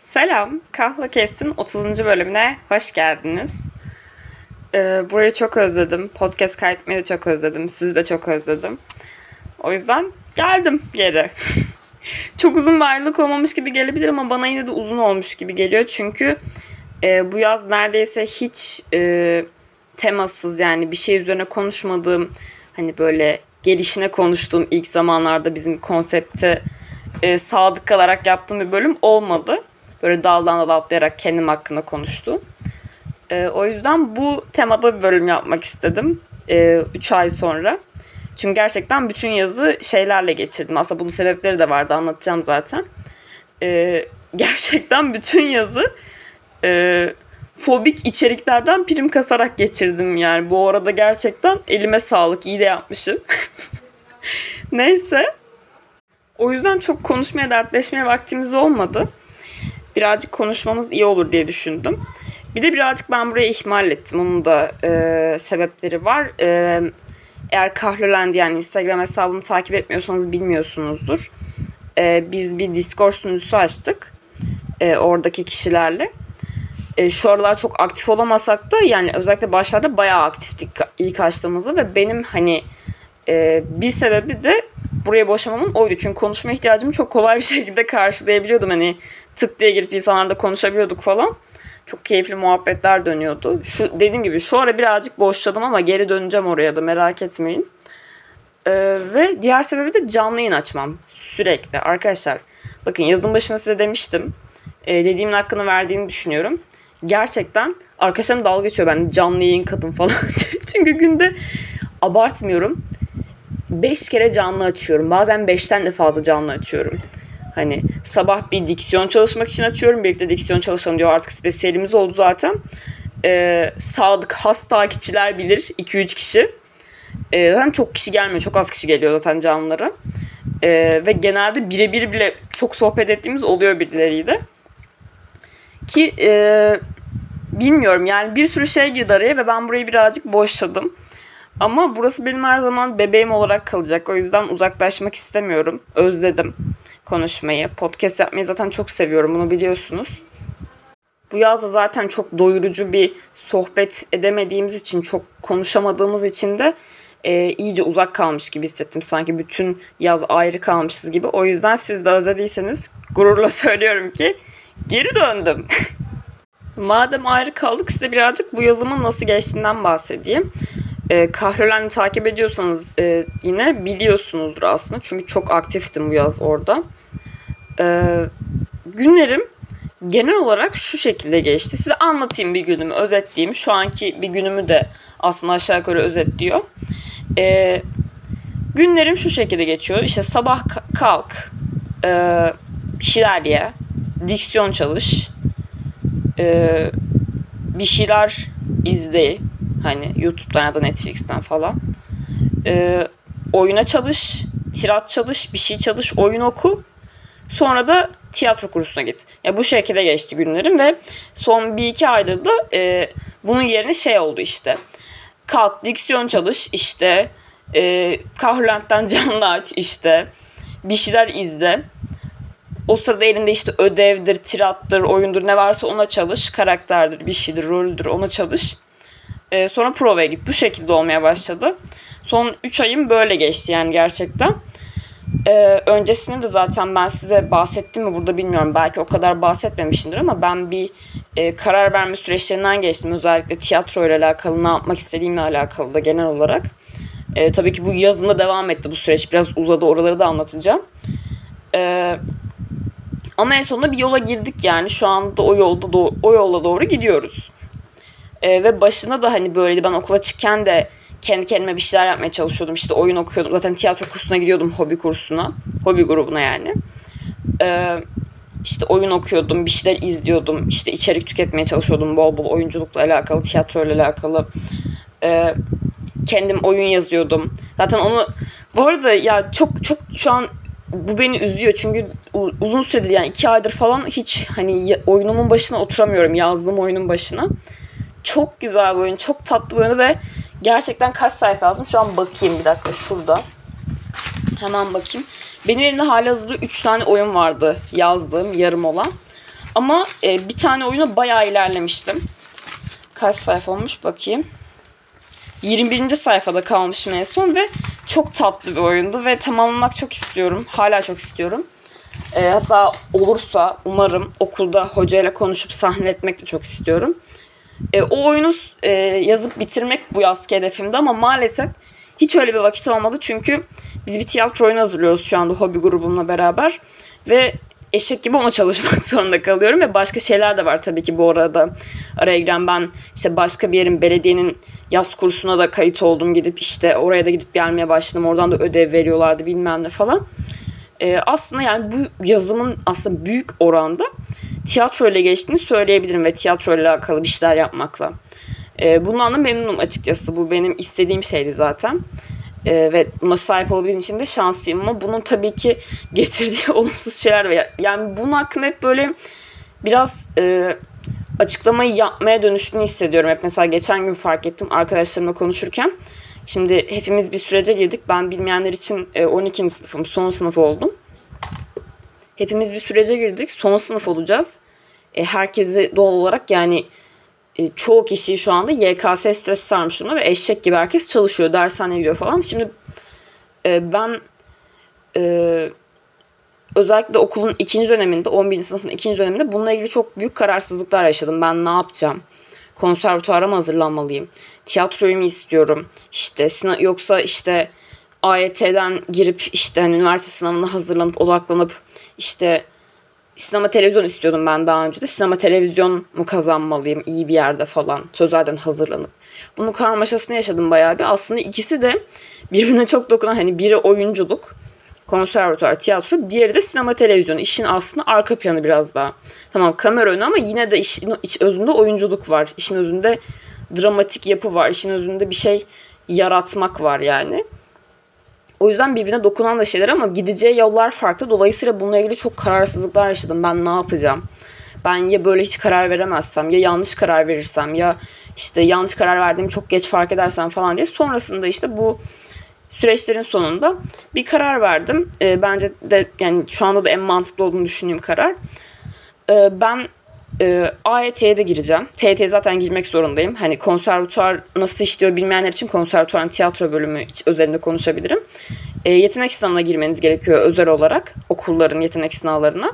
Selam, Kahla Kes'in 30. bölümüne hoş geldiniz. Burayı çok özledim. Podcast kaydetmeyi de çok özledim. Sizi de çok özledim. O yüzden geldim geri. Çok uzun bir ayrılık olmamış gibi gelebilir ama bana yine de uzun olmuş gibi geliyor. Çünkü bu yaz neredeyse hiç temasız, yani bir şey üzerine konuşmadığım, hani böyle gelişine konuştuğum ilk zamanlarda bizim konsepte sadık kalarak yaptığım bir bölüm olmadı. Böyle daldan dala atlayarak kendim hakkında konuştum. O yüzden bu temada bir bölüm yapmak istedim. 3 ay sonra. Çünkü gerçekten bütün yazı şeylerle geçirdim. Aslında bunun sebepleri de vardı, anlatacağım zaten. Gerçekten bütün yazı fobik içeriklerden prim kasarak geçirdim yani. Bu arada gerçekten elime sağlık, iyi de yapmışım. Neyse. O yüzden çok konuşmaya, dertleşmeye vaktimiz olmadı. Birazcık konuşmamız iyi olur diye düşündüm. Bir de birazcık ben burayı ihmal ettim. Onun da sebepleri var. Eğer Kahrolend, yani Instagram hesabımı takip etmiyorsanız bilmiyorsunuzdur. Biz bir Discord sunucusu açtık. Oradaki kişilerle. Şu aralar çok aktif olamasak da, yani özellikle başlarda bayağı aktiftik ilk açtığımızda ve benim hani bir sebebi de buraya boşamamın oydu. Çünkü konuşma ihtiyacımı çok kolay bir şekilde karşılayabiliyordum. Hani tık diye girip insanlarla konuşabiliyorduk falan. Çok keyifli muhabbetler dönüyordu. Dediğim gibi şu ara birazcık boşladım ama geri döneceğim oraya da, merak etmeyin. Ve diğer sebebi de canlı yayın açmam sürekli. Arkadaşlar bakın, yazın başına size demiştim. Dediğimin hakkını verdiğini düşünüyorum. Gerçekten arkadaşlarım dalga geçiyor, ben canlı yayın kadın falan. Çünkü günde, abartmıyorum, 5 kere canlı açıyorum. Bazen 5'ten de fazla canlı açıyorum. Hani sabah bir diksiyon çalışmak için açıyorum. Birlikte diksiyon çalışalım diyor. Artık spesiyelimiz oldu zaten. Sadık, has takipçiler bilir. 2-3 kişi. Zaten çok kişi gelmiyor. Çok az kişi geliyor zaten canlılara. Ve genelde birebir bile çok sohbet ettiğimiz oluyor birileriyle. Ki bilmiyorum, yani bir sürü şey girdi araya ve ben burayı birazcık boşladım. Ama burası benim her zaman bebeğim olarak kalacak. O yüzden uzaklaşmak istemiyorum. Özledim konuşmayı. Podcast yapmayı zaten çok seviyorum. Bunu biliyorsunuz. Bu yaz da zaten çok doyurucu bir sohbet edemediğimiz için, çok konuşamadığımız için de iyice uzak kalmış gibi hissettim. Sanki bütün yaz ayrı kalmışız gibi. O yüzden siz de özlediyseniz gururla söylüyorum ki geri döndüm. Madem ayrı kaldık, size birazcık bu yazımın nasıl geçtiğinden bahsedeyim. Kahrolend'i takip ediyorsanız yine biliyorsunuzdur aslında. Çünkü çok aktiftim bu yaz orada. Günlerim genel olarak şu şekilde geçti. Size anlatayım bir günümü, özetleyeyim. Şu anki bir günümü de aslında aşağı yukarı özetliyor. Günlerim şu şekilde geçiyor. İşte sabah kalk, bir şeyler ye, diksiyon çalış, bir şeyler izle. Hani YouTube'dan ya da Netflix'ten falan. Oyuna çalış, tirat çalış, bir şey çalış, oyun oku. Sonra da tiyatro kursuna git. Ya bu şekilde geçti günlerim ve son 1-2 aydır da bunun yerine şey oldu işte. Kalk, diksiyon çalış, işte Kahrolend'den canlı aç, işte bir şeyler izle. O sırada elinde işte ödevdir, tirattır, oyundur, ne varsa ona çalış. Karakterdir, bir şeydir, roldür, ona çalış. Sonra provaya git. Bu şekilde olmaya başladı. Son 3 ayım böyle geçti yani gerçekten. Öncesinde de zaten ben size bahsettim mi burada bilmiyorum. Belki o kadar bahsetmemişimdir ama ben bir karar verme süreçlerinden geçtim. Özellikle tiyatro ile alakalı, ne yapmak istediğimle alakalı da genel olarak. Tabii ki bu yazında devam etti bu süreç. Biraz uzadı, oraları da anlatacağım. Ama en sonunda bir yola girdik yani. Şu anda o yolda doğru gidiyoruz. Ve başında da hani böyleydi. Ben okula çıkken de kendi kendime bir şeyler yapmaya çalışıyordum. İşte oyun okuyordum. Zaten tiyatro kursuna gidiyordum, hobi kursuna. Hobi grubuna yani. İşte oyun okuyordum, bir şeyler izliyordum. İşte içerik tüketmeye çalışıyordum bol bol, oyunculukla alakalı, tiyatroyla alakalı. Kendim oyun yazıyordum. Zaten onu, bu arada ya çok şu an bu beni üzüyor. Çünkü uzun süredir, yani 2 aydır falan hiç hani oyunumun başına oturamıyorum. Yazdığım oyunun başına. Çok güzel bir oyun. Çok tatlı bir oyun ve gerçekten kaç sayfa yazdım? Şu an bakayım, bir dakika, şurada. Hemen bakayım. Benim elimde halihazırda 3 tane oyun vardı yazdığım, yarım olan. Ama bir tane oyuna bayağı ilerlemiştim. Kaç sayfa olmuş bakayım. 21. sayfada kalmışım en son ve çok tatlı bir oyundu ve tamamlamak çok istiyorum. Hala çok istiyorum. Hatta olursa umarım okulda hocayla konuşup sahne etmek de çok istiyorum. O oyunu yazıp bitirmek bu yazki hedefimdi ama maalesef hiç öyle bir vakit olmadı. Çünkü biz bir tiyatro oyunu hazırlıyoruz şu anda hobi grubumla beraber. Ve eşek gibi ona çalışmak zorunda kalıyorum. Ve başka şeyler de var tabii ki bu arada. Araya giren ben işte başka bir yerin belediyenin yaz kursuna da kayıt oldum. Gidip işte oraya da gidip gelmeye başladım. Oradan da ödev veriyorlardı bilmem ne falan. Aslında yani bu yazımın aslında büyük oranda tiyatro ile geçtiğini söyleyebilirim ve tiyatro ile alakalı bir şeyler yapmakla. Bundan da memnunum açıkçası. Bu benim istediğim şeydi zaten. Ve buna sahip olabildiğim için de şanslıyım ama bunun tabii ki getirdiği olumsuz şeyler var. Yani bunun hakkında hep böyle biraz açıklamayı yapmaya dönüştüğünü hissediyorum. Hep mesela geçen gün fark ettim arkadaşlarımla konuşurken. Şimdi hepimiz bir sürece girdik. Ben bilmeyenler için 12. sınıfım, son sınıf oldum. Hepimiz bir sürece girdik. Son sınıf olacağız. Herkesi doğal olarak yani çoğu kişiyi şu anda YKS stresi sarmış durumda ve eşek gibi herkes çalışıyor. Dershaneye gidiyor falan. Şimdi ben özellikle okulun ikinci döneminde, 11. sınıfın ikinci döneminde bununla ilgili çok büyük kararsızlıklar yaşadım. Ben ne yapacağım? Konservatuara mı hazırlanmalıyım? Tiyatroyu mu istiyorum? İşte yoksa işte AYT'den girip işte hani üniversite sınavına hazırlanıp odaklanıp işte sinema televizyon istiyordum ben daha önce de. Sinema televizyon mu kazanmalıyım iyi bir yerde falan. Sözelden hazırlanıp. Bunun karmaşasını yaşadım bayağı bir. Aslında ikisi de birbirine çok dokunan hani biri oyunculuk, konservatuar, tiyatro. Diğeri de sinema televizyon. İşin aslında arka planı biraz daha. Tamam kamera önü ama yine de işin özünde oyunculuk var. İşin özünde dramatik yapı var. İşin özünde bir şey yaratmak var yani. O yüzden birbirine dokunan da şeyler ama gideceği yollar farklı. Dolayısıyla bununla ilgili çok kararsızlıklar yaşadım. Ben ne yapacağım? Ben ya böyle hiç karar veremezsem, ya yanlış karar verirsem, ya işte yanlış karar verdiğimi çok geç fark edersem falan diye. Sonrasında işte bu süreçlerin sonunda bir karar verdim. Bence de yani şu anda da en mantıklı olduğunu düşündüğüm karar. Ben AYT'ye de gireceğim. TYT'ye zaten girmek zorundayım. Hani konservatuar nasıl işliyor bilmeyenler için konservatuarın tiyatro bölümü üzerinde konuşabilirim. Yetenek sınavına girmeniz gerekiyor özel olarak okulların yetenek sınavlarına.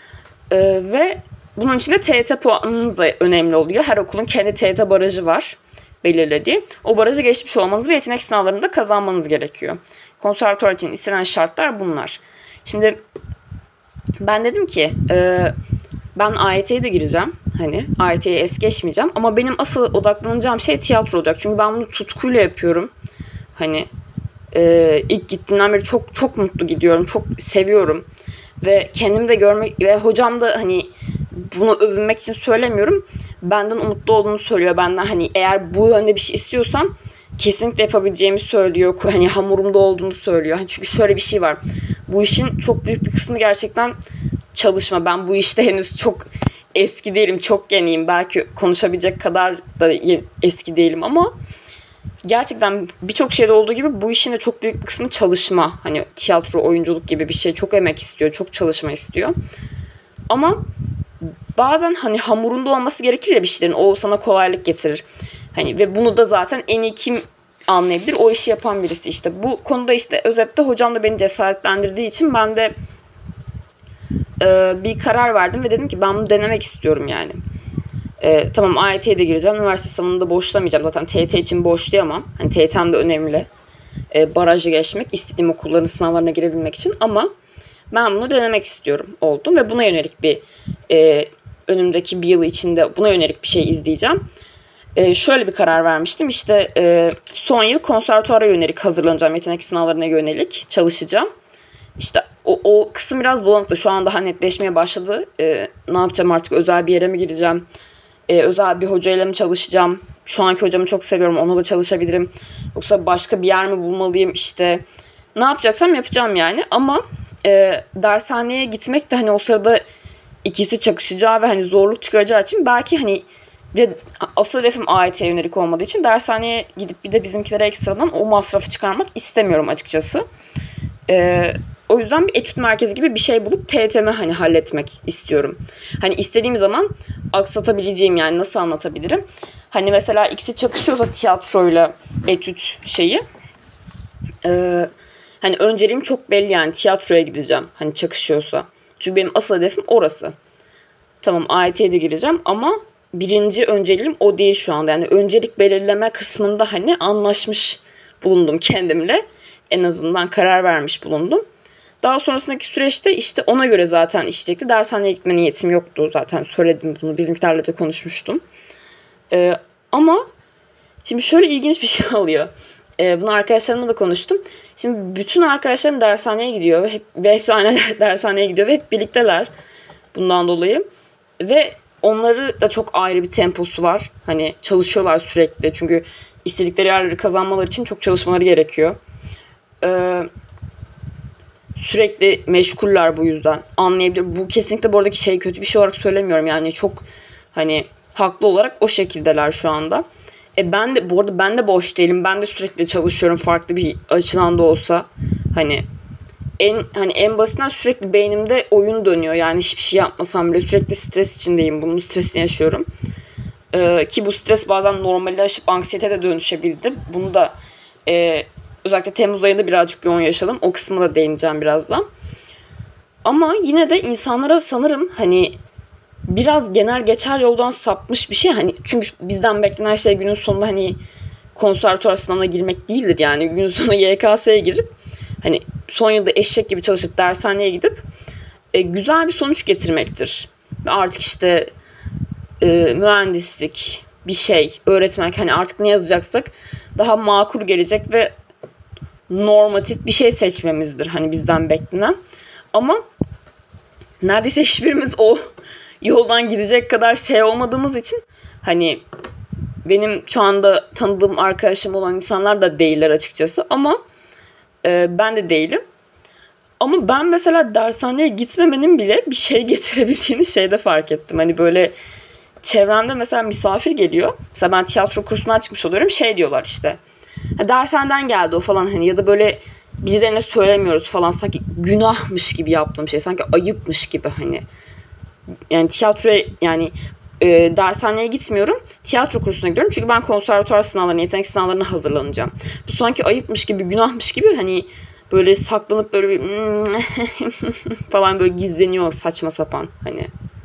Ve bunun için de TYT puanınız da önemli oluyor. Her okulun kendi TYT barajı var belirlediği. O barajı geçmiş olmanız ve yetenek sınavlarında kazanmanız gerekiyor. Konservatuar için istenen şartlar bunlar. Şimdi ben dedim ki ben AYT'ye de gireceğim. Hani AYT'ye es geçmeyeceğim. Ama benim asıl odaklanacağım şey tiyatro olacak. Çünkü ben bunu tutkuyla yapıyorum. Hani ilk gittiğimden beri çok çok mutlu gidiyorum. Çok seviyorum. Ve kendimi de görmek ve hocam da hani bunu övünmek için söylemiyorum. Benden umutlu olduğunu söylüyor. Benden hani eğer bu yönde bir şey istiyorsam kesinlikle yapabileceğimi söylüyor. Hani hamurumda olduğunu söylüyor. Çünkü şöyle bir şey var. Bu işin çok büyük bir kısmı gerçekten çalışma. Ben bu işte henüz çok eski değilim. Çok yeniyim. Belki konuşabilecek kadar da eski değilim ama gerçekten birçok şeyde olduğu gibi bu işin de çok büyük bir kısmı çalışma. Hani tiyatro, oyunculuk gibi bir şey çok emek istiyor, çok çalışma istiyor. Ama bazen hani hamurunda olması gerekir ya bir şeylerin. O sana kolaylık getirir. Hani ve bunu da zaten en iyi kim anlayabilir? O işi yapan birisi işte. Bu konuda işte özetle hocam da beni cesaretlendirdiği için ben de bir karar verdim ve dedim ki ben bunu denemek istiyorum yani. Tamam AYT'ye de gireceğim. Üniversite sınavında boşlamayacağım. Zaten TYT için boşlayamam. Hani TYT'm de önemli. Barajı geçmek, istediğim okulların sınavlarına girebilmek için. Ama ben bunu denemek istiyorum oldum. Ve buna yönelik bir önümdeki bir yıl içinde buna yönelik bir şey izleyeceğim. Şöyle bir karar vermiştim. İşte son yıl konservatuara yönelik hazırlanacağım. Yetenek sınavlarına yönelik çalışacağım. İşte o kısım biraz bulanıktı. Şu an daha netleşmeye başladı. Ne yapacağım artık? Özel bir yere mi gireceğim? Özel bir hocayla mı çalışacağım? Şu anki hocamı çok seviyorum. Onunla da çalışabilirim. Yoksa başka bir yer mi bulmalıyım? İşte ne yapacaksam yapacağım yani. Ama dershaneye gitmek de hani o sırada ikisi çakışacağı ve hani zorluk çıkaracağı için belki hani bir de asıl hedefim AYT'ye yönelik olmadığı için dershaneye gidip bir de bizimkilere ekstradan o masrafı çıkarmak istemiyorum açıkçası. O yüzden bir etüt merkezi gibi bir şey bulup TYT'mi hani halletmek istiyorum. Hani istediğim zaman aksatabileceğim, yani nasıl anlatabilirim? Hani mesela ikisi çakışıyorsa tiyatroyla etüt şeyi. Hani önceliğim çok belli, yani tiyatroya gideceğim hani çakışıyorsa. Çünkü benim asıl hedefim orası. Tamam, AYT'ye de gireceğim ama birinci önceliğim o değil şu anda. Yani öncelik belirleme kısmında hani anlaşmış bulundum kendimle. En azından karar vermiş bulundum. Daha sonrasındaki süreçte işte ona göre zaten işleyecekti. Dershaneye gitme niyetim yoktu zaten, söyledim bunu. Bizimkilerle de konuşmuştum. Ama şimdi şöyle ilginç bir şey oluyor. Bunu arkadaşlarımla da konuştum. Şimdi bütün arkadaşlarım dershaneye gidiyor ve hepsi aynı dershaneye gidiyor ve hep birlikteler bundan dolayı. Ve onları da çok ayrı bir temposu var. Hani çalışıyorlar sürekli. Çünkü istedikleri yerleri kazanmaları için çok çalışmaları gerekiyor. Sürekli meşguller bu yüzden. Anlayabilir. Bu kesinlikle bu aradaki şey, kötü bir şey olarak söylemiyorum. Yani çok hani haklı olarak o şekildeler şu anda. Ben de bu arada ben de boş değilim. Ben de sürekli çalışıyorum farklı bir açıdan da olsa. Hani en basitinden sürekli beynimde oyun dönüyor. Yani hiçbir şey yapmasam bile sürekli stres içindeyim. Bunun stresini yaşıyorum. Ki bu stres bazen normali aşıp anksiyete de dönüşebildi. Bunu da özellikle Temmuz ayında birazcık yoğun yaşadım. O kısmına da değineceğim birazdan. Ama yine de insanlara sanırım hani biraz genel geçer yoldan sapmış bir şey. Hani çünkü bizden beklenen şey günün sonunda hani konservatuvar sınavına girmek değildir. Yani günün sonunda YKS'ye girip hani son yılda eşek gibi çalışıp dershaneye gidip güzel bir sonuç getirmektir. Ve artık işte mühendislik, bir şey, öğretmenlik, hani artık ne yazacaksak daha makul gelecek ve normatif bir şey seçmemizdir hani bizden beklenen. Ama neredeyse hiçbirimiz o yoldan gidecek kadar şey olmadığımız için hani benim şu anda tanıdığım arkadaşım olan insanlar da değiller açıkçası, ama ben de değilim. Ama ben mesela dershaneye gitmemenin bile bir şey getirebildiğini şeyde fark ettim. Hani böyle çevremde mesela misafir geliyor. Mesela ben tiyatro kursundan çıkmış oluyorum. Şey diyorlar işte. Dershaneden geldi o falan hani, ya da böyle birilerine söylemiyoruz falan, sanki günahmış gibi yaptığım şey, sanki ayıpmış gibi hani. Yani tiyatroya yani dershaneye gitmiyorum. Tiyatro kursuna gidiyorum. Çünkü ben konservatuvar sınavlarına, yetenek sınavlarına hazırlanacağım. Bu sanki ayıpmış gibi, günahmış gibi hani böyle saklanıp böyle bir falan böyle gizleniyor saçma sapan hani.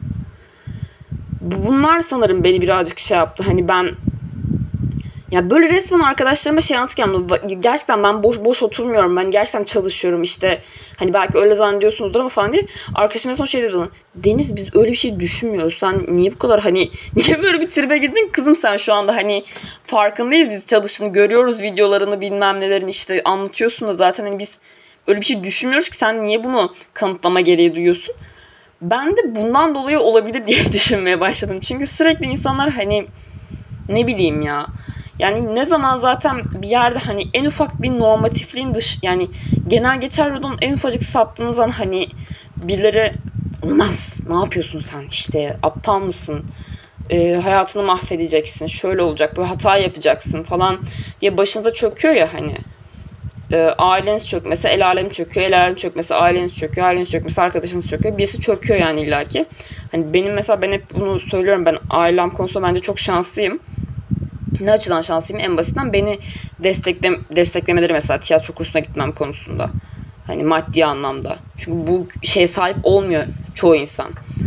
Bunlar sanırım beni birazcık şey yaptı. Hani ben ya böyle resmen arkadaşlarıma şey anlatırken gerçekten ben boş oturmuyorum. Ben gerçekten çalışıyorum işte. Hani belki öyle zannediyorsunuzdur ama falan diye. Arkadaşım en son şey dedi bana. Deniz, biz öyle bir şey düşünmüyoruz. Sen niye bu kadar hani niye böyle bir tribe girdin kızım sen şu anda, hani farkındayız biz çalıştığını, görüyoruz videolarını, bilmem nelerini işte anlatıyorsun da zaten hani biz öyle bir şey düşünmüyoruz ki, sen niye bunu kanıtlama gereği duyuyorsun? Ben de bundan dolayı olabilir diye düşünmeye başladım. Çünkü sürekli insanlar hani ne bileyim ya. Yani ne zaman zaten bir yerde hani en ufak bir normatifliğin yani genel geçer yoldan en ufacık saptığınız an hani birileri olmaz, ne yapıyorsun sen, işte aptal mısın, hayatını mahvedeceksin, şöyle olacak, böyle hata yapacaksın falan diye başınıza çöküyor ya hani. Aileniz çökmese el alem çöküyor, el alem çökmese aileniz çöküyor, aileniz çökmese arkadaşınız çöküyor, birisi çöküyor yani illaki. Hani benim mesela, ben hep bunu söylüyorum, ben ailem konusunda bence çok şanslıyım. Ne açıdan şanslıyım? En basitinden beni desteklemeleri mesela tiyatro kursuna gitmem konusunda. Hani maddi anlamda. Çünkü bu şeye sahip olmuyor çoğu insan.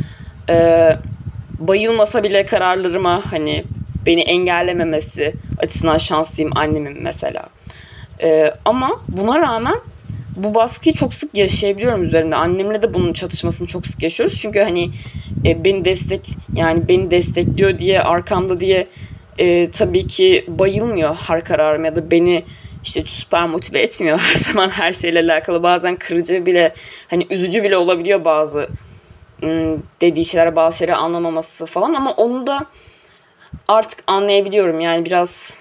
Bayılmasa bile kararlarıma hani beni engellememesi açısından şanslıyım annemin mesela. Ama buna rağmen bu baskıyı çok sık yaşayabiliyorum üzerimde. Annemle de bunun çatışmasını çok sık yaşıyoruz. Çünkü hani beni destekliyor diye, arkamda diye tabii ki bayılmıyor her kararım, ya da beni işte süper motive etmiyor her zaman her şeyle alakalı. Bazen kırıcı bile, hani üzücü bile olabiliyor bazı dediği şeyler, bazı şeyleri anlamaması falan, ama onu da artık anlayabiliyorum. Yani biraz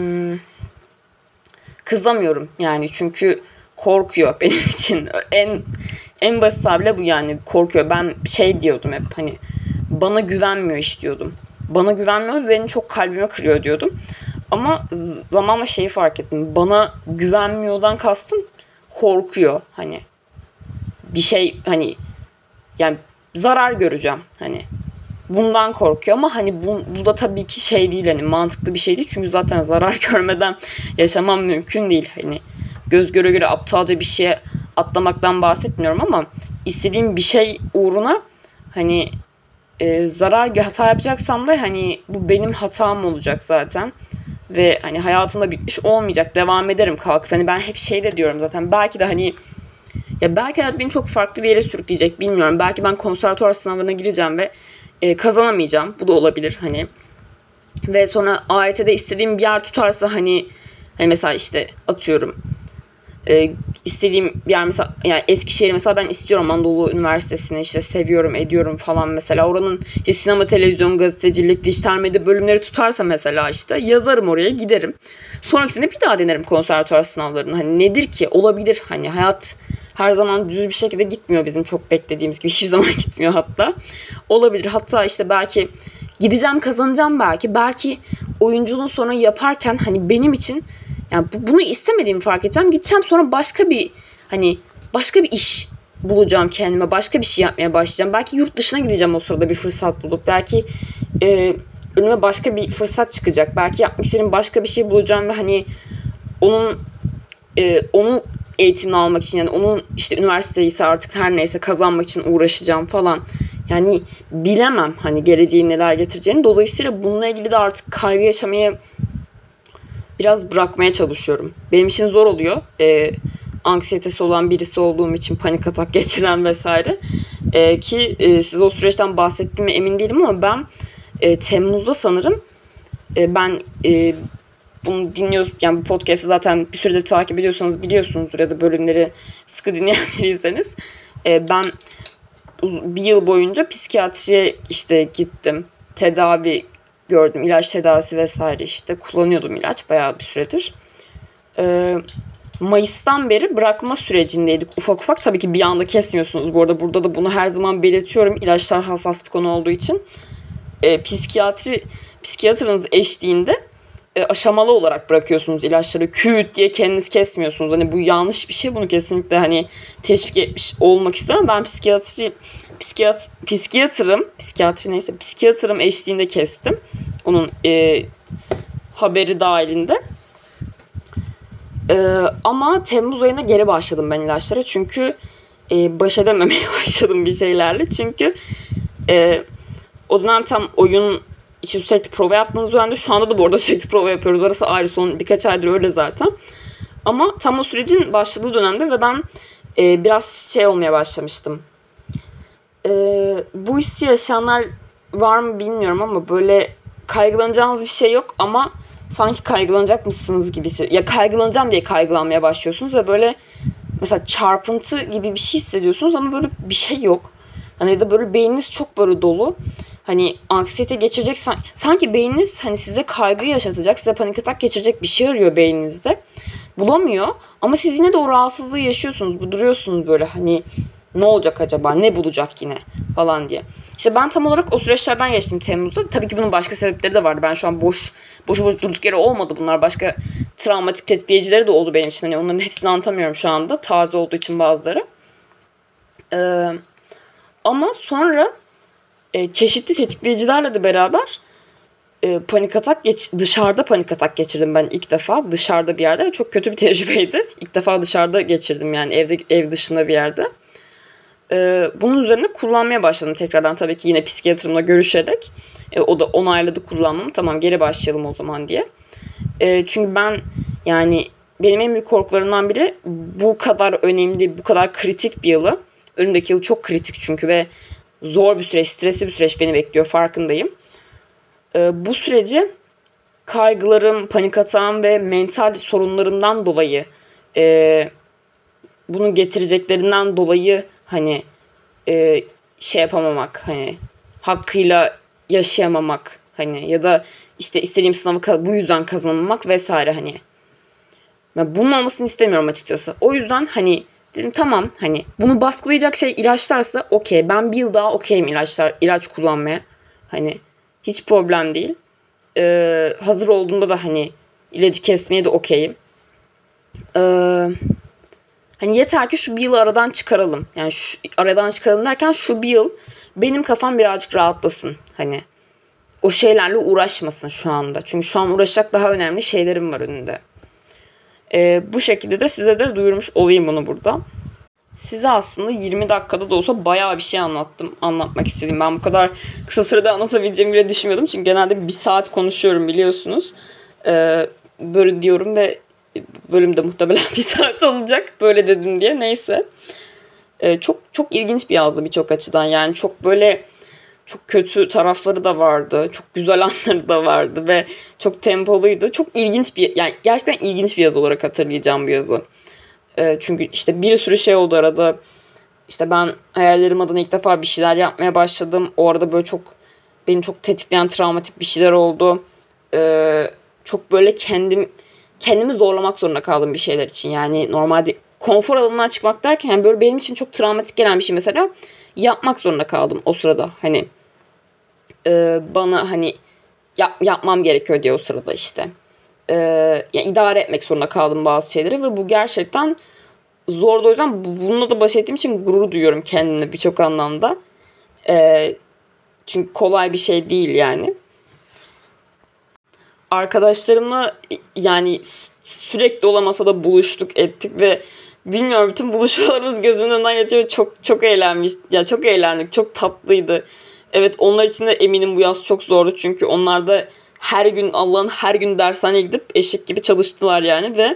kızamıyorum yani, çünkü korkuyor benim için. En basit tabirle bu, yani korkuyor. Ben şey diyordum hep, hani bana güvenmiyor iş diyordum. Bana güvenmiyor ve benim çok kalbime kırıyor diyordum. Ama zamanla şeyi fark ettim. Bana güvenmiyordan kastım korkuyor hani. bir şey hani yani zarar göreceğim hani. Bundan korkuyor ama hani bu da tabii ki şey değil, hani mantıklı bir şey değil. Çünkü zaten zarar görmeden yaşamam mümkün değil. Hani göz göre göre aptalca bir şeye atlamaktan bahsetmiyorum ama istediğim bir şey uğruna hani hata yapacaksam da hani bu benim hatam olacak zaten. Ve hani hayatımda bitmiş olmayacak. Devam ederim kalkıp. Hani ben hep şey de diyorum zaten. Belki de hani ya belki hayat beni çok farklı bir yere sürükleyecek, bilmiyorum. Belki ben konservatuvar sınavlarına gireceğim ve kazanamayacağım. Bu da olabilir hani. Ve sonra AYT'de istediğim bir yer tutarsa hani mesela işte atıyorum istediğim bir yer, mesela yani Eskişehir mesela ben istiyorum, Anadolu Üniversitesi'ni işte seviyorum ediyorum falan, mesela oranın işte sinema, televizyon, gazetecilik, dijital medya bölümleri tutarsa mesela işte yazarım, oraya giderim. Sonrasında bir daha denerim konservatuvar sınavlarını. Hani nedir ki, olabilir, hani hayat her zaman düz bir şekilde gitmiyor, bizim çok beklediğimiz gibi hiçbir zaman gitmiyor hatta. Olabilir, hatta işte belki gideceğim, kazanacağım, belki oyunculuğun sonra yaparken hani benim için yani bunu istemediğimi fark edeceğim. Gideceğim sonra başka bir iş bulacağım kendime. Başka bir şey yapmaya başlayacağım. Belki yurt dışına gideceğim o sırada bir fırsat bulup. Belki önüme başka bir fırsat çıkacak. Belki yapmak istediğim başka bir şey bulacağım ve hani onu eğitimini almak için, yani onun işte üniversiteyse artık her neyse kazanmak için uğraşacağım falan. Yani bilemem hani geleceğin neler getireceğini. Dolayısıyla bununla ilgili de artık kaygı yaşamaya biraz bırakmaya çalışıyorum. Benim için zor oluyor. Anksiyetesi olan birisi olduğum için, panik atak geçiren vesaire. Ki size o süreçten bahsettim mi emin değilim ama ben Temmuz'da sanırım ben bunu dinliyoruz. Yani bu podcast'ı zaten bir süredir takip ediyorsanız biliyorsunuzdur ya da bölümleri sıkı dinleyen biriyseniz. Ben bir yıl boyunca psikiyatriye işte gittim. Tedavi gördüm. İlaç tedavisi vesaire işte kullanıyordum ilaç bayağı bir süredir. Mayıs'tan beri bırakma sürecindeydik ufak ufak. Tabii ki bir anda kesmiyorsunuz. Bu arada burada da bunu her zaman belirtiyorum. İlaçlar hassas bir konu olduğu için. Psikiyatrınız eşliğinde aşamalı olarak bırakıyorsunuz ilaçları. Küt diye kendiniz kesmiyorsunuz. Hani bu yanlış bir şey. Bunu kesinlikle hani teşvik etmiş olmak istemem. Ben psikiyatrım eşliğinde kestim. Onun haberi dahilinde. Ama Temmuz ayında geri başladım ben ilaçlara. Çünkü baş edememeye başladım bir şeylerle. Çünkü o dönem tam oyun için sürekli prova yaptığımız dönemde, şu anda da bu arada sürekli prova yapıyoruz. Orası ayrı, son birkaç aydır öyle zaten. Ama tam o sürecin başladığı dönemde ve ben biraz şey olmaya başlamıştım. Bu hissi yaşayanlar var mı bilmiyorum ama böyle kaygılanacağınız bir şey yok ama sanki kaygılanacakmışsınız gibisi. Ya kaygılanacağım diye kaygılanmaya başlıyorsunuz ve böyle mesela çarpıntı gibi bir şey hissediyorsunuz ama böyle bir şey yok. Hani ya da böyle beyniniz çok böyle dolu. Hani anksiyete geçirecek, sanki beyniniz hani size kaygı yaşatacak, size panik atak geçirecek bir şey arıyor beyninizde. Bulamıyor ama siz yine de o rahatsızlığı yaşıyorsunuz. Bu duruyorsunuz böyle hani ne olacak acaba, ne bulacak yine falan diye. İşte ben tam olarak o süreçlerden geçtim Temmuz'da. Tabii ki bunun başka sebepleri de vardı. Ben şu an boşu durduk yere olmadı bunlar. Başka travmatik tetikleyicileri de oldu benim için. Hani onların hepsini anlatamıyorum şu anda. Taze olduğu için bazıları. Ama sonra çeşitli tetikleyicilerle de beraber dışarıda panik atak geçirdim ben ilk defa. Dışarıda bir yerde. Çok kötü bir tecrübeydi. İlk defa dışarıda geçirdim, yani ev dışında bir yerde. Bunun üzerine kullanmaya başladım tekrardan, tabii ki yine psikiyatrımla görüşerek. O da onayladı kullanmamı. Tamam, geri başlayalım o zaman diye. Çünkü ben yani benim en büyük korkularımdan biri bu kadar önemli, bu kadar kritik bir yılı. Önümdeki yıl çok kritik çünkü ve zor bir süreç, stresli bir süreç beni bekliyor, farkındayım. Bu süreci kaygılarım, panik atağım ve mental sorunlarımdan dolayı, bunun getireceklerinden dolayı hani şey yapamamak, hani hakkıyla yaşayamamak, hani ya da işte istediğim sınavı bu yüzden kazanamamak vesaire, hani ben bunun olmasını istemiyorum açıkçası. O yüzden hani dedim tamam, hani bunu baskılayacak şey ilaçlarsa okey, ben bir yıl daha okeyim ilaç kullanmaya, hani hiç problem değil. Hazır olduğumda da hani ilacı kesmeye de okeyim. Hani yeter ki şu bir yılı aradan çıkaralım. Yani şu, aradan çıkaralım derken şu bir yıl benim kafam birazcık rahatlasın. Hani o şeylerle uğraşmasın şu anda. Çünkü şu an uğraşacak daha önemli şeylerim var önünde. Bu şekilde de size de duyurmuş olayım bunu burada. Size aslında 20 dakikada da olsa bayağı bir şey anlatmak istedim. Ben bu kadar kısa sürede anlatabileceğimi bile düşünmüyordum. Çünkü genelde bir saat konuşuyorum biliyorsunuz. Böyle diyorum ve bölümde muhtemelen bir saat olacak. Böyle dedim diye. Neyse. Çok çok ilginç bir yazdı birçok açıdan. Yani çok böyle çok kötü tarafları da vardı. Çok güzel anları da vardı ve çok tempoluydu. Çok ilginç bir, yani gerçekten ilginç bir yazı olarak hatırlayacağım bir yazı. Çünkü işte bir sürü şey oldu arada. İşte ben hayallerim adına ilk defa bir şeyler yapmaya başladım. O arada böyle beni çok tetikleyen travmatik bir şeyler oldu. Çok böyle kendimi zorlamak zorunda kaldım bir şeyler için. Yani normalde konfor alanından çıkmak derken yani böyle benim için çok travmatik gelen bir şey mesela yapmak zorunda kaldım o sırada. Hani bana hani yapmam gerekiyor diye o sırada işte. Yani idare etmek zorunda kaldım bazı şeyleri ve bu gerçekten zordu. O yüzden bununla da baş ettiğim için gurur duyuyorum kendimle birçok anlamda. Çünkü kolay bir şey değil yani. Arkadaşlarımla yani sürekli olamasa da buluştuk ettik ve bilmiyorum bütün buluşmalarımız gözümün önünden geçiyor. Çok çok eğlenmiş. Ya çok eğlendik. Çok tatlıydı. Evet, onlar için de eminim bu yaz çok zordu. Çünkü onlar da her gün Allah'ın her gün dershaneye gidip eşek gibi çalıştılar yani ve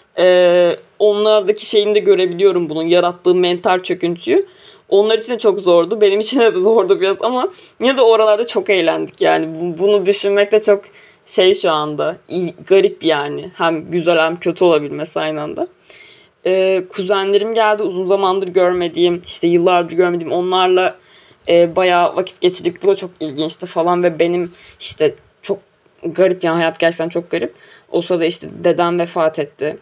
onlardaki şeyini de görebiliyorum, bunun yarattığı mental çöküntüyü. Onlar için de çok zordu. Benim için de zordu biraz ama yine de oralarda çok eğlendik yani. Bunu düşünmek de çok şu anda garip yani. Hem güzel hem kötü olabilmesi aynı anda. Kuzenlerim geldi, uzun zamandır görmediğim, işte yıllardır görmediğim, onlarla bayağı vakit geçirdik. Bu da çok ilginçti falan ve benim işte çok garip yani, hayat gerçekten çok garip. O sırada işte dedem vefat etti.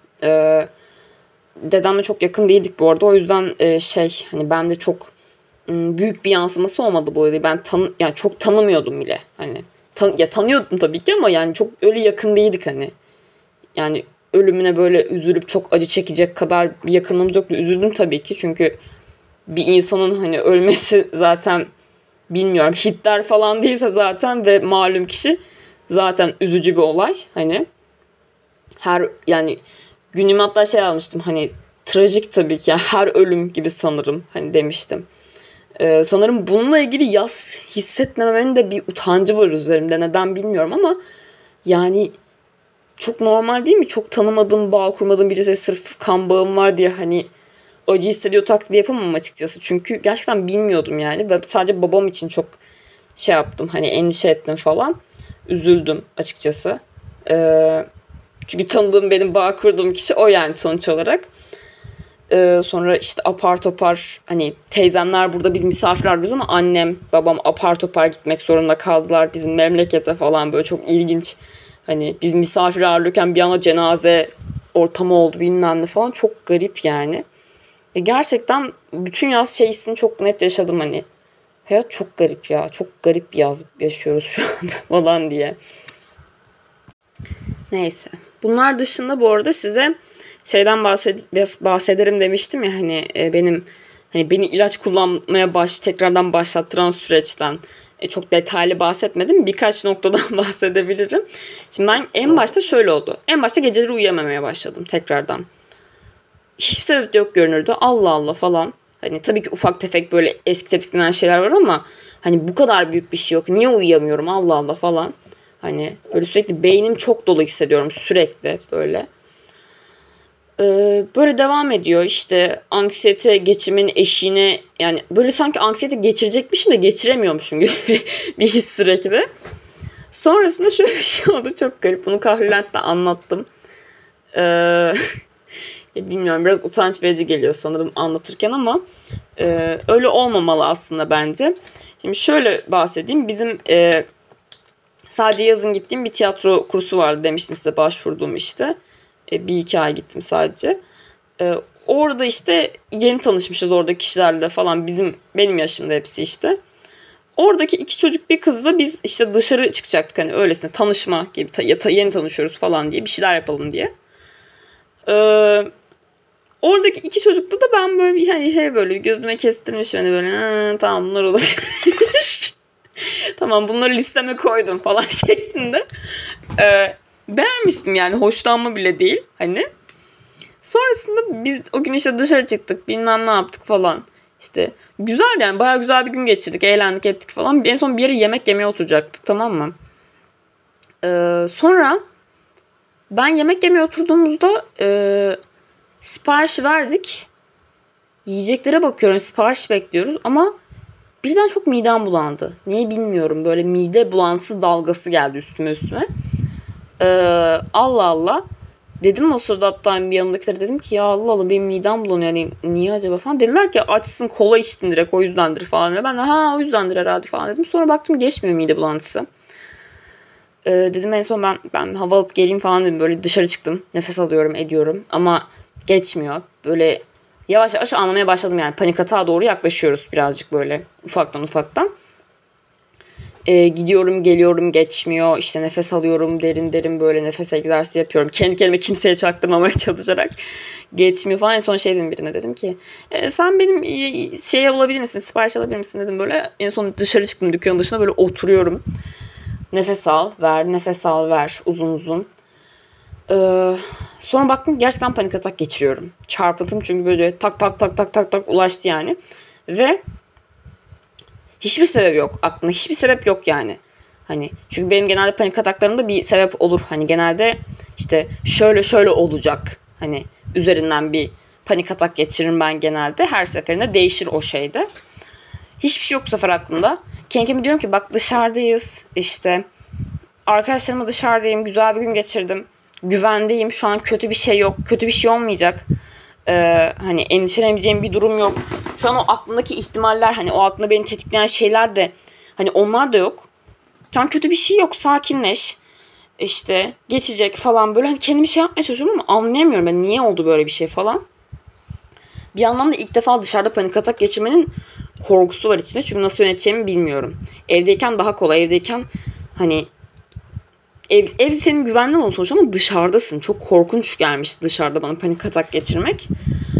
Dedemle çok yakın değildik bu arada. O yüzden hani ben de çok büyük bir yansıması olmadı bu olayı. Ben yani çok tanımıyordum bile. Hani tanıyordum tabii ki ama yani çok öyle yakın değildik hani. Yani ölümüne böyle üzülüp çok acı çekecek kadar bir yakınlığımız yoktu. Üzüldüm tabii ki çünkü bir insanın hani ölmesi zaten, bilmiyorum, Hitler falan değilse zaten ve malum kişi, zaten üzücü bir olay. Hani yani günlüğüme hatta almıştım, hani trajik tabii ki yani her ölüm gibi sanırım hani demiştim. Sanırım bununla ilgili yaz hissetmemenin de bir utancı var üzerimde, neden bilmiyorum ama yani çok normal değil mi? Çok tanımadığım, bağ kurmadığım birisi sırf kan bağım var diye hani acı hissediyor taklidi yapamam açıkçası. Çünkü gerçekten bilmiyordum yani ve sadece babam için çok yaptım, hani endişe ettim falan. Üzüldüm açıkçası. Çünkü tanıdığım, benim bağ kurduğum kişi o yani sonuç olarak. Sonra işte apar topar hani teyzemler burada, biz misafir ağırlıyoruz ama annem babam apar topar gitmek zorunda kaldılar bizim memlekete falan, böyle çok ilginç. Hani biz misafir ağırlıyorken bir anda cenaze ortamı oldu bilmem ne falan, çok garip yani. Gerçekten bütün yaz hissini çok net yaşadım hani. Hayat çok garip ya, çok garip bir yaz yaşıyoruz şu anda falan diye. Neyse. Bunlar dışında bu arada size şeyden bahsederim demiştim ya, hani benim hani beni ilaç kullanmaya tekrardan başlattıran süreçten çok detaylı bahsetmedim. Birkaç noktadan bahsedebilirim. Şimdi ben en başta şöyle oldu. En başta geceleri uyuyamamaya başladım tekrardan. Hiçbir sebep de yok görünürdü. Allah Allah falan. Hani tabii ki ufak tefek böyle eski tetiklenen şeyler var ama hani bu kadar büyük bir şey yok. Niye uyuyamıyorum Allah Allah falan. Hani böyle sürekli beynim çok dolu hissediyorum sürekli böyle. Böyle devam ediyor işte, anksiyete geçirmenin eşiğine, yani böyle sanki anksiyete geçirecekmişim de geçiremiyormuşum gibi bir his sürekli. Sonrasında şöyle bir şey oldu, çok garip, bunu Kahrülent'le anlattım. Bilmiyorum, biraz utanç verici geliyor sanırım anlatırken ama öyle olmamalı aslında bence. Şimdi şöyle bahsedeyim, bizim sadece yazın gittiğim bir tiyatro kursu vardı demiştim size, başvurduğum işte. 1-2 ay gittim sadece. Orada işte yeni tanışmışız oradaki kişilerle falan, benim yaşımda hepsi işte. Oradaki 2 çocuk bir kızla biz işte dışarı çıkacaktık, hani öylesine tanışma gibi, yeni tanışıyoruz falan diye, bir şeyler yapalım diye. Oradaki iki çocukta da ben böyle bir hani şey böyle gözüme kestirmiş hani böyle tamam bunlar olabilir. Tamam bunları listeme koydum falan şeklinde. Beğenmiştim yani hoşlanma bile değil hani. Sonrasında biz o gün işte dışarı çıktık bilmem ne yaptık falan. İşte güzel yani bayağı güzel bir gün geçirdik eğlendik ettik falan. En son bir yere yemek yemeye oturacaktık tamam mı? Sonra ben yemek yemeye oturduğumuzda sipariş verdik. Yiyeceklere bakıyorum sipariş bekliyoruz ama birden çok midem bulandı. Niye bilmiyorum böyle mide bulantısı dalgası geldi üstüme. Allah Allah. Dedim o sırada hatta bir yanımdakilere dedim ki ya Allah Allah benim midem bulanıyor. Yani niye acaba falan. Dediler ki açsın kola içtin direkt o yüzdendir falan. Ben de ha o yüzdendir herhalde falan dedim. Sonra baktım geçmiyor mide bulantısı. Dedim en son ben hava alıp geleyim falan dedim. Böyle dışarı çıktım. Nefes alıyorum ediyorum. Ama geçmiyor. Böyle yavaş yavaş anlamaya başladım yani. Panik atağa doğru yaklaşıyoruz birazcık böyle ufaktan. Gidiyorum geliyorum geçmiyor. İşte nefes alıyorum derin böyle nefes egzersizi yapıyorum. Kendi kendime kimseye çaktırmamaya çalışarak geçmiyor falan. En son şey dedim birine dedim ki sen benim şey alabilir misin sipariş alabilir misin dedim böyle. En son dışarı çıktım dükkanın dışına böyle oturuyorum. Nefes al ver uzun. Sonra baktım gerçekten panik atak geçiriyorum. Çarpıntım çünkü böyle tak ulaştı yani. Ve hiçbir sebep yok aklımda. Hiçbir sebep yok yani. Hani çünkü benim genelde panik ataklarımda bir sebep olur. Hani genelde işte şöyle olacak. Hani üzerinden bir panik atak geçiririm ben genelde. Her seferinde değişir o şeyde. Hiçbir şey yok bu sefer aklımda. Kendime diyorum ki bak dışarıdayız. İşte arkadaşlarımla dışarıdayım. Güzel bir gün geçirdim. Güvendeyim. Şu an kötü bir şey yok. Kötü bir şey olmayacak. Hani endişeleneceğim bir durum yok. Şu an o aklımdaki ihtimaller hani o aklımda beni tetikleyen şeyler de hani onlar da yok. Şu an kötü bir şey yok. Sakinleş. İşte geçecek falan böyle hani kendimi şey yapmaya çalışıyorum ama anlayamıyorum ben niye oldu böyle bir şey falan. Bir yandan da ilk defa dışarıda panik atak geçirmenin korkusu var içime. Çünkü nasıl yöneteceğimi bilmiyorum. Evdeyken daha kolay. Evdeyken hani ev senin güvenli olsun ama dışarıdasın. Çok korkunç gelmişti dışarıda bana panik atak geçirmek.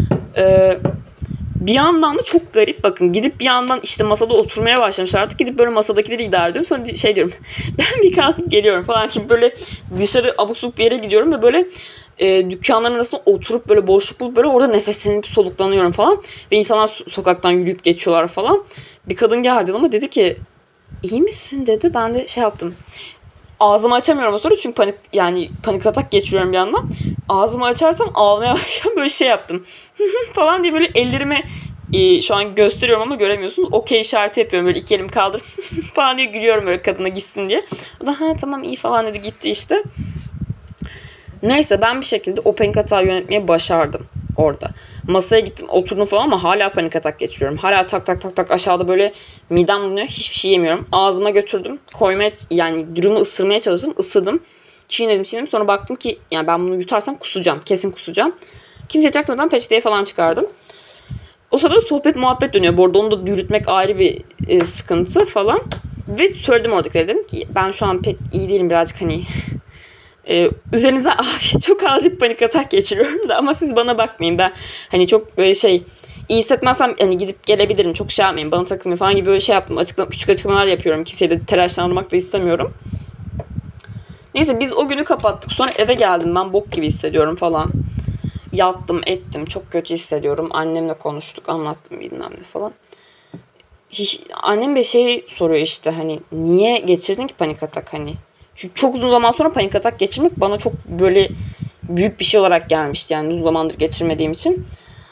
Bir yandan da çok garip bakın gidip bir yandan işte masada oturmaya başlamışlar artık gidip böyle masadakileri idare ediyorum sonra şey diyorum ben bir kalkıp geliyorum falan gibi böyle dışarı abuk subuk bir yere gidiyorum ve böyle dükkanların arasında oturup böyle boşluk bulup böyle orada nefeslenip soluklanıyorum falan ve insanlar sokaktan yürüyüp geçiyorlar falan bir kadın geldi ama dedi ki iyi misin dedi ben de şey yaptım ağzımı açamıyorum o sırada çünkü panik atak geçiriyorum bir yandan. Ağzımı açarsam ağlamaya başlayacağım böyle şey yaptım. falan diye böyle ellerimi şu an gösteriyorum ama göremiyorsunuz. Okey işareti yapıyorum böyle iki elimi kaldırıp falan diye gülüyorum böyle kadına gitsin diye. O da ha tamam iyi falan dedi gitti işte. Neyse ben bir şekilde o panik atağı yönetmeyi başardım orada. Masaya gittim oturdum falan ama hala panik atak geçiriyorum. Hala tak aşağıda böyle midem bulanıyor. Hiçbir şey yemiyorum. Ağzıma götürdüm. Koymaya yani dürümü ısırmaya çalıştım. Isırdım. Çiğnedim. Sonra baktım ki yani ben bunu yutarsam kusacağım. Kesin kusacağım. Kimseye çaktırmadan peçeteye falan çıkardım. O sırada sohbet muhabbet dönüyor. Bu arada onu da yürütmek ayrı bir sıkıntı falan. Ve söyledim oradakilere dedim ki ben şu an pek iyi değilim birazcık hani üzerinize çok azıcık panik atak geçiriyorum da ama siz bana bakmayın ben hani çok böyle şey iyi hissetmezsem hani gidip gelebilirim çok şey yapmayın bana takılmayın falan gibi böyle şey yaptım küçük açıklamalar yapıyorum kimseyi de telaşlandırmak da istemiyorum. Neyse biz o günü kapattık sonra eve geldim ben bok gibi hissediyorum falan yattım ettim çok kötü hissediyorum annemle konuştuk anlattım bilmem ne falan. Annem bir şey soruyor işte hani niye geçirdin ki panik atak hani. Çünkü çok uzun zaman sonra panik atak geçirmek bana çok böyle büyük bir şey olarak gelmişti. Yani uzun zamandır geçirmediğim için.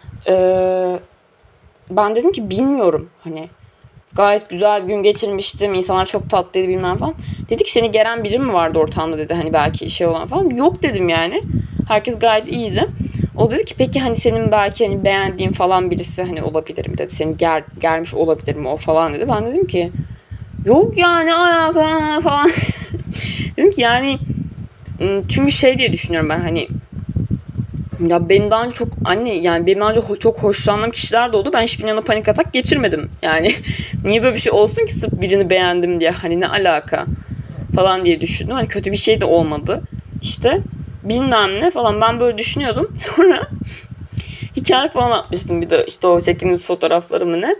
Ben dedim ki bilmiyorum. Hani gayet güzel bir gün geçirmiştim. İnsanlar çok tatlıydı bilmem falan. Dedi ki seni geren biri mi vardı ortamda dedi. Hani belki şey olan falan. Yok dedim yani. Herkes gayet iyiydi. O dedi ki peki hani senin belki hani beğendiğin falan birisi hani olabilir mi dedi. Seni germiş olabilir mi o falan dedi. Ben dedim ki yok yani alaka falan. Dedim ki yani çünkü şey diye düşünüyorum ben hani ya benim daha önce çok yani benim daha önce çok hoşlandığım kişiler de oldu. Ben hiçbir yanına panik atak geçirmedim. Yani niye böyle bir şey olsun ki sırf birini beğendim diye hani ne alaka falan diye düşündüm. Hani kötü bir şey de olmadı. İşte bilmem ne falan ben böyle düşünüyordum. Sonra hikaye falan atmıştım bir de işte o çektiğimiz fotoğrafları mı ne.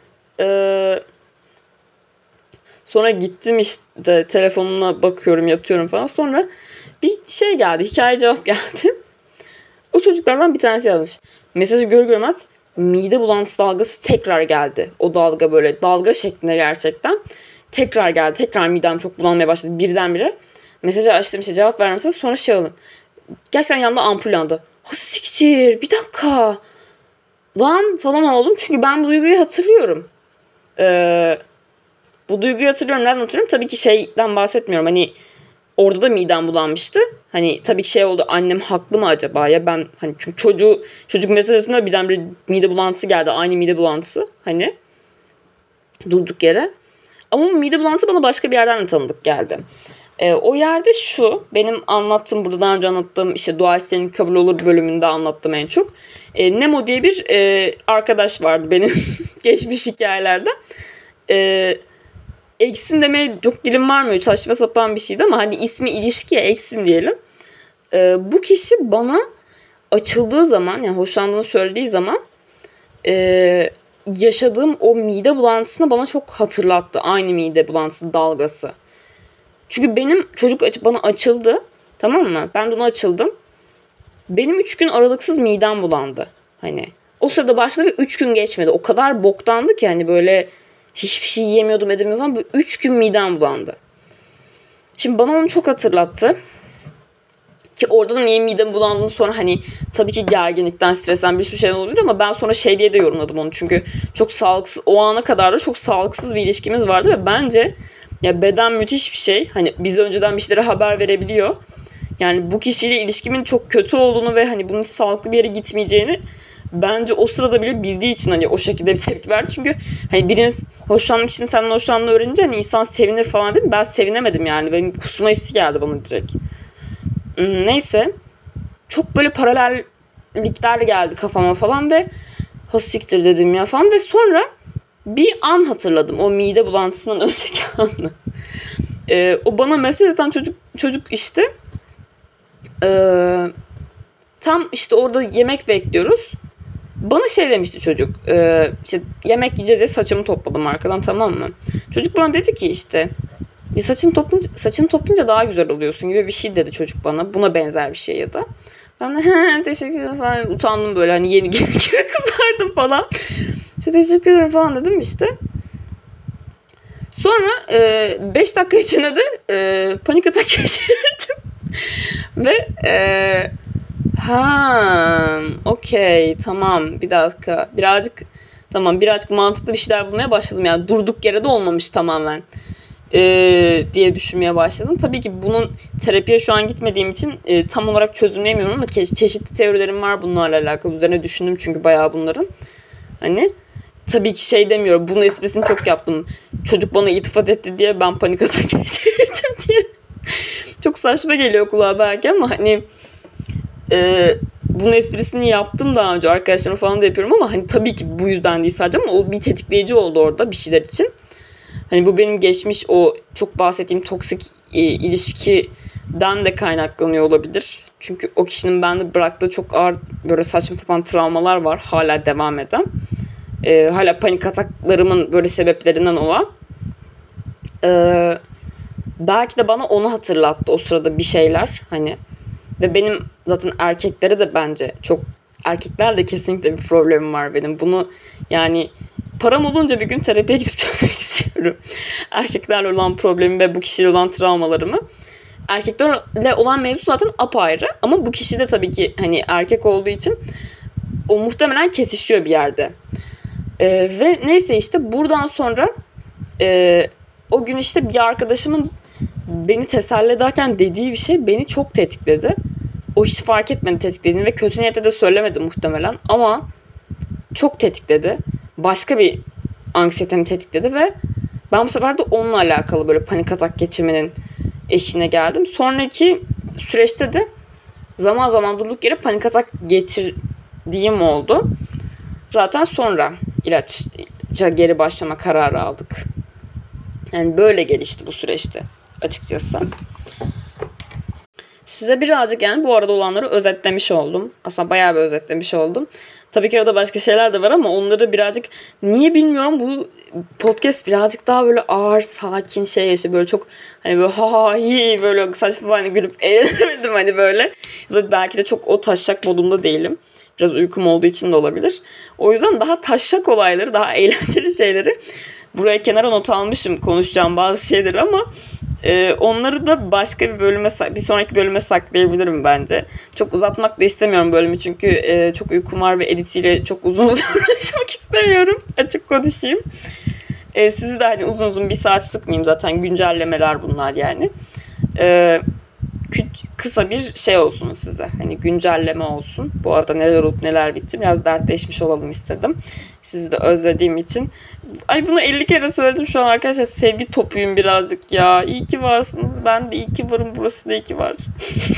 Sonra gittim işte telefonuna bakıyorum yatıyorum falan. Sonra bir şey geldi, hikaye cevap geldi. O çocuklardan bir tanesi yazmış. Mesajı görür görmez mide bulantısı dalgası tekrar geldi. O dalga böyle dalga şeklinde gerçekten. Tekrar geldi. Tekrar midem çok bulanmaya başladı birdenbire. Mesajı açtım işte cevap vermesi sonra şey oldu. Gerçekten yanında ampul yandı. Ha siktir bir dakika. Lan falan oldum. Çünkü ben bu duyguyu hatırlıyorum. Bu duyguyu hatırlıyorum. Nereden hatırlıyorum? Tabii ki şeyden bahsetmiyorum. Hani orada da midem bulanmıştı. Hani tabii ki şey oldu. Annem haklı mı acaba ya ben hani çünkü çocuk mesajında birdenbire mide bulantısı geldi. Aynı mide bulantısı. Hani durduk yere. Ama bu mide bulantısı bana başka bir yerden de tanıdık geldi. O yerde şu benim anlattığım burada daha önce anlattığım işte dua senin kabul olur bölümünde anlattım en çok. Nemo diye bir arkadaş vardı benim geçmiş hikayelerden. Eksim demeye çok dilim varmıyor. Saçma sapan bir şeydi ama hani ismi ilişkiye eksim diyelim. Bu kişi bana açıldığı zaman yani hoşlandığını söylediği zaman yaşadığım o mide bulantısını bana çok hatırlattı. Aynı mide bulantısı dalgası. Çünkü benim çocuk bana açıldı. Tamam mı? Ben de ona açıldım. Benim 3 gün aralıksız midem bulandı. Hani o sırada başladı ve 3 gün geçmedi. O kadar boktandı ki hani böyle hiçbir şey yiyemiyordum edemiyordum falan. Böyle 3 gün midem bulandı. Şimdi bana onu çok hatırlattı. Ki orada da niye midem bulandığını sonra hani tabii ki gerginlikten, stresten bir sürü şey olabilir ama ben sonra şey diye de yorumladım onu. Çünkü çok sağlıksız, o ana kadar da çok sağlıksız bir ilişkimiz vardı ve bence ya beden müthiş bir şey. Hani bize önceden bir şeylere haber verebiliyor. Yani bu kişiyle ilişkimin çok kötü olduğunu ve hani bunun sağlıklı bir yere gitmeyeceğini bence o sırada bile bildiği için hani o şekilde bir tepki verdi. Çünkü hani biriniz hoşlandığın kişinin senden hoşlandığını öğrenince hani insan sevinir falan değil mi? Ben sevinemedim yani. Benim kusma hissi geldi bana direkt. Neyse. Çok böyle paralellikler geldi kafama falan ve ha siktir dedim ya falan ve sonra bir an hatırladım. O mide bulantısından önceki anı. O bana mesaj eden çocuk işte tam işte orada yemek bekliyoruz. Bana şey demişti çocuk. İşte yemek yiyeceğiz diye saçımı topladım arkadan tamam mı? Çocuk bana dedi ki işte saçını toplayınca daha güzel oluyorsun gibi bir şey dedi çocuk bana. Buna benzer bir şey ya da. Ben de teşekkür ederim falan utandım böyle hani yeni gibi kızardım falan. İşte teşekkür ederim falan dedim işte. Sonra 5 dakika içinde de panik atak geçirdim. Ve okey tamam bir dakika birazcık mantıklı bir şeyler bulmaya başladım yani durduk yere de olmamış tamamen diye düşünmeye başladım. Tabii ki bunun terapiye şu an gitmediğim için tam olarak çözümleyemiyorum ama çeşitli teorilerim var bunlarla alakalı üzerine düşündüm çünkü bayağı bunların hani tabii ki şey demiyorum bunun esprisini çok yaptım çocuk bana iltifat etti diye ben panik atak geçirdim diye çok saçma geliyor kulağa belki ama hani bunun esprisini yaptım daha önce arkadaşlarım falan da yapıyorum ama hani tabii ki bu yüzden değil sadece ama o bir tetikleyici oldu orada bir şeyler için. Hani bu benim geçmiş o çok bahsettiğim toksik ilişkiden de kaynaklanıyor olabilir. Çünkü o kişinin bende bıraktığı çok ağır böyle saçma sapan travmalar var hala devam eden. Hala panik ataklarımın böyle sebeplerinden olan. Belki de bana onu hatırlattı o sırada bir şeyler hani. Ve benim zaten erkeklere de bence çok erkeklerle kesinlikle bir problemim var benim. Bunu yani param olunca bir gün terapiye gidip çözmek istiyorum. Erkeklerle olan problemim ve bu kişiyle olan travmalarımı. Erkeklerle olan mevzu zaten apayrı ama bu kişi de tabii ki hani erkek olduğu için o muhtemelen kesişiyor bir yerde. Ve neyse işte buradan sonra o gün işte bir arkadaşımın beni teselli ederken dediği bir şey beni çok tetikledi. O hiç fark etmedi tetiklediğini ve kötü niyetle de söylemedi muhtemelen ama çok tetikledi. Başka bir anksiyetemi tetikledi ve ben bu sefer de onunla alakalı böyle panik atak geçirmenin eşiğine geldim. Sonraki süreçte de zaman zaman durduk yere panik atak geçirdiğim oldu. Zaten sonra ilaca geri başlama kararı aldık. Yani böyle gelişti bu süreçte açıkçası. Size birazcık yani bu arada olanları özetlemiş oldum. Aslında bayağı bir özetlemiş oldum. Tabii ki arada başka şeyler de var ama onları birazcık niye bilmiyorum, bu podcast birazcık daha böyle ağır, sakin şey yaşıyor. Böyle çok hani böyle ha ha hi böyle saçma hani gülüp eğlenemedim hani böyle. Ya da belki de çok o taşak modunda değilim. Biraz uykum olduğu için de olabilir. O yüzden daha taşak olayları, daha eğlenceli şeyleri buraya kenara not almışım, konuşacağım bazı şeyleri ama onları da başka bir bölüme, bir sonraki bölüme saklayabilirim bence. Çok uzatmak da istemiyorum bölümü çünkü çok uykum var ve editiyle çok uzun uğraşmak istemiyorum. Açık konuşayım. Sizi de hani uzun uzun bir saat sıkmayayım, zaten güncellemeler bunlar yani. Kısa bir şey olsun size. Hani güncelleme olsun. Bu arada neler olup neler bitti. Biraz dertleşmiş olalım istedim. Sizi de özlediğim için. Ay bunu 50 kere söyledim şu an arkadaşlar. Sevgi topuyum birazcık ya. İyi ki varsınız. Ben de iyi ki varım. Burası da iyi ki var.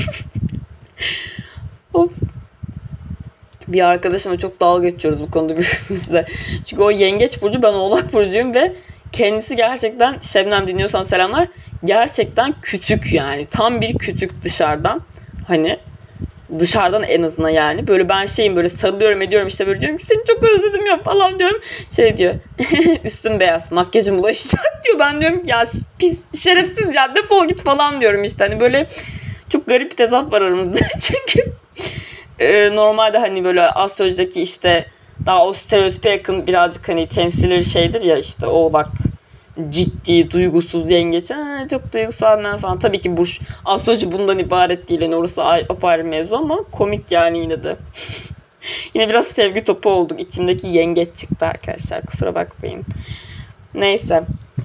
Of. Bir arkadaşımla çok dalga geçiyoruz bu konuda birbirimizle. Çünkü o yengeç burcu, ben oğlak burcuyum ve kendisi gerçekten, Şebnem dinliyorsan selamlar, gerçekten kütük yani. Tam bir kütük dışarıdan. Hani dışarıdan en azından yani. Böyle ben şeyim, böyle sarılıyorum ediyorum, işte böyle diyorum ki seni çok özledim ya falan diyorum. Şey diyor üstüm beyaz, makyajım bulaşacak diyor. Ben diyorum ki ya pis şerefsiz ya, defol git falan diyorum işte. Hani böyle çok garip bir tezat var aramızda. Çünkü normalde hani böyle astrolojideki işte daha o stereotipe yakın birazcık hani temsilleri şeydir ya, işte o bak ciddi, duygusuz yengeç. Çok duygusal ben falan. Tabii ki bu astroloji bundan ibaret değil. Yani orası apayrı mevzu ama komik yani yine de. Yine biraz sevgi topu olduk. İçimdeki yengeç çıktı arkadaşlar. Kusura bakmayın. Neyse.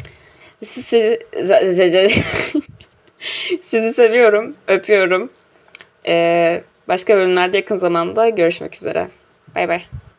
Sizi seviyorum. Öpüyorum. Başka bölümlerde yakın zamanda görüşmek üzere. Bay bay.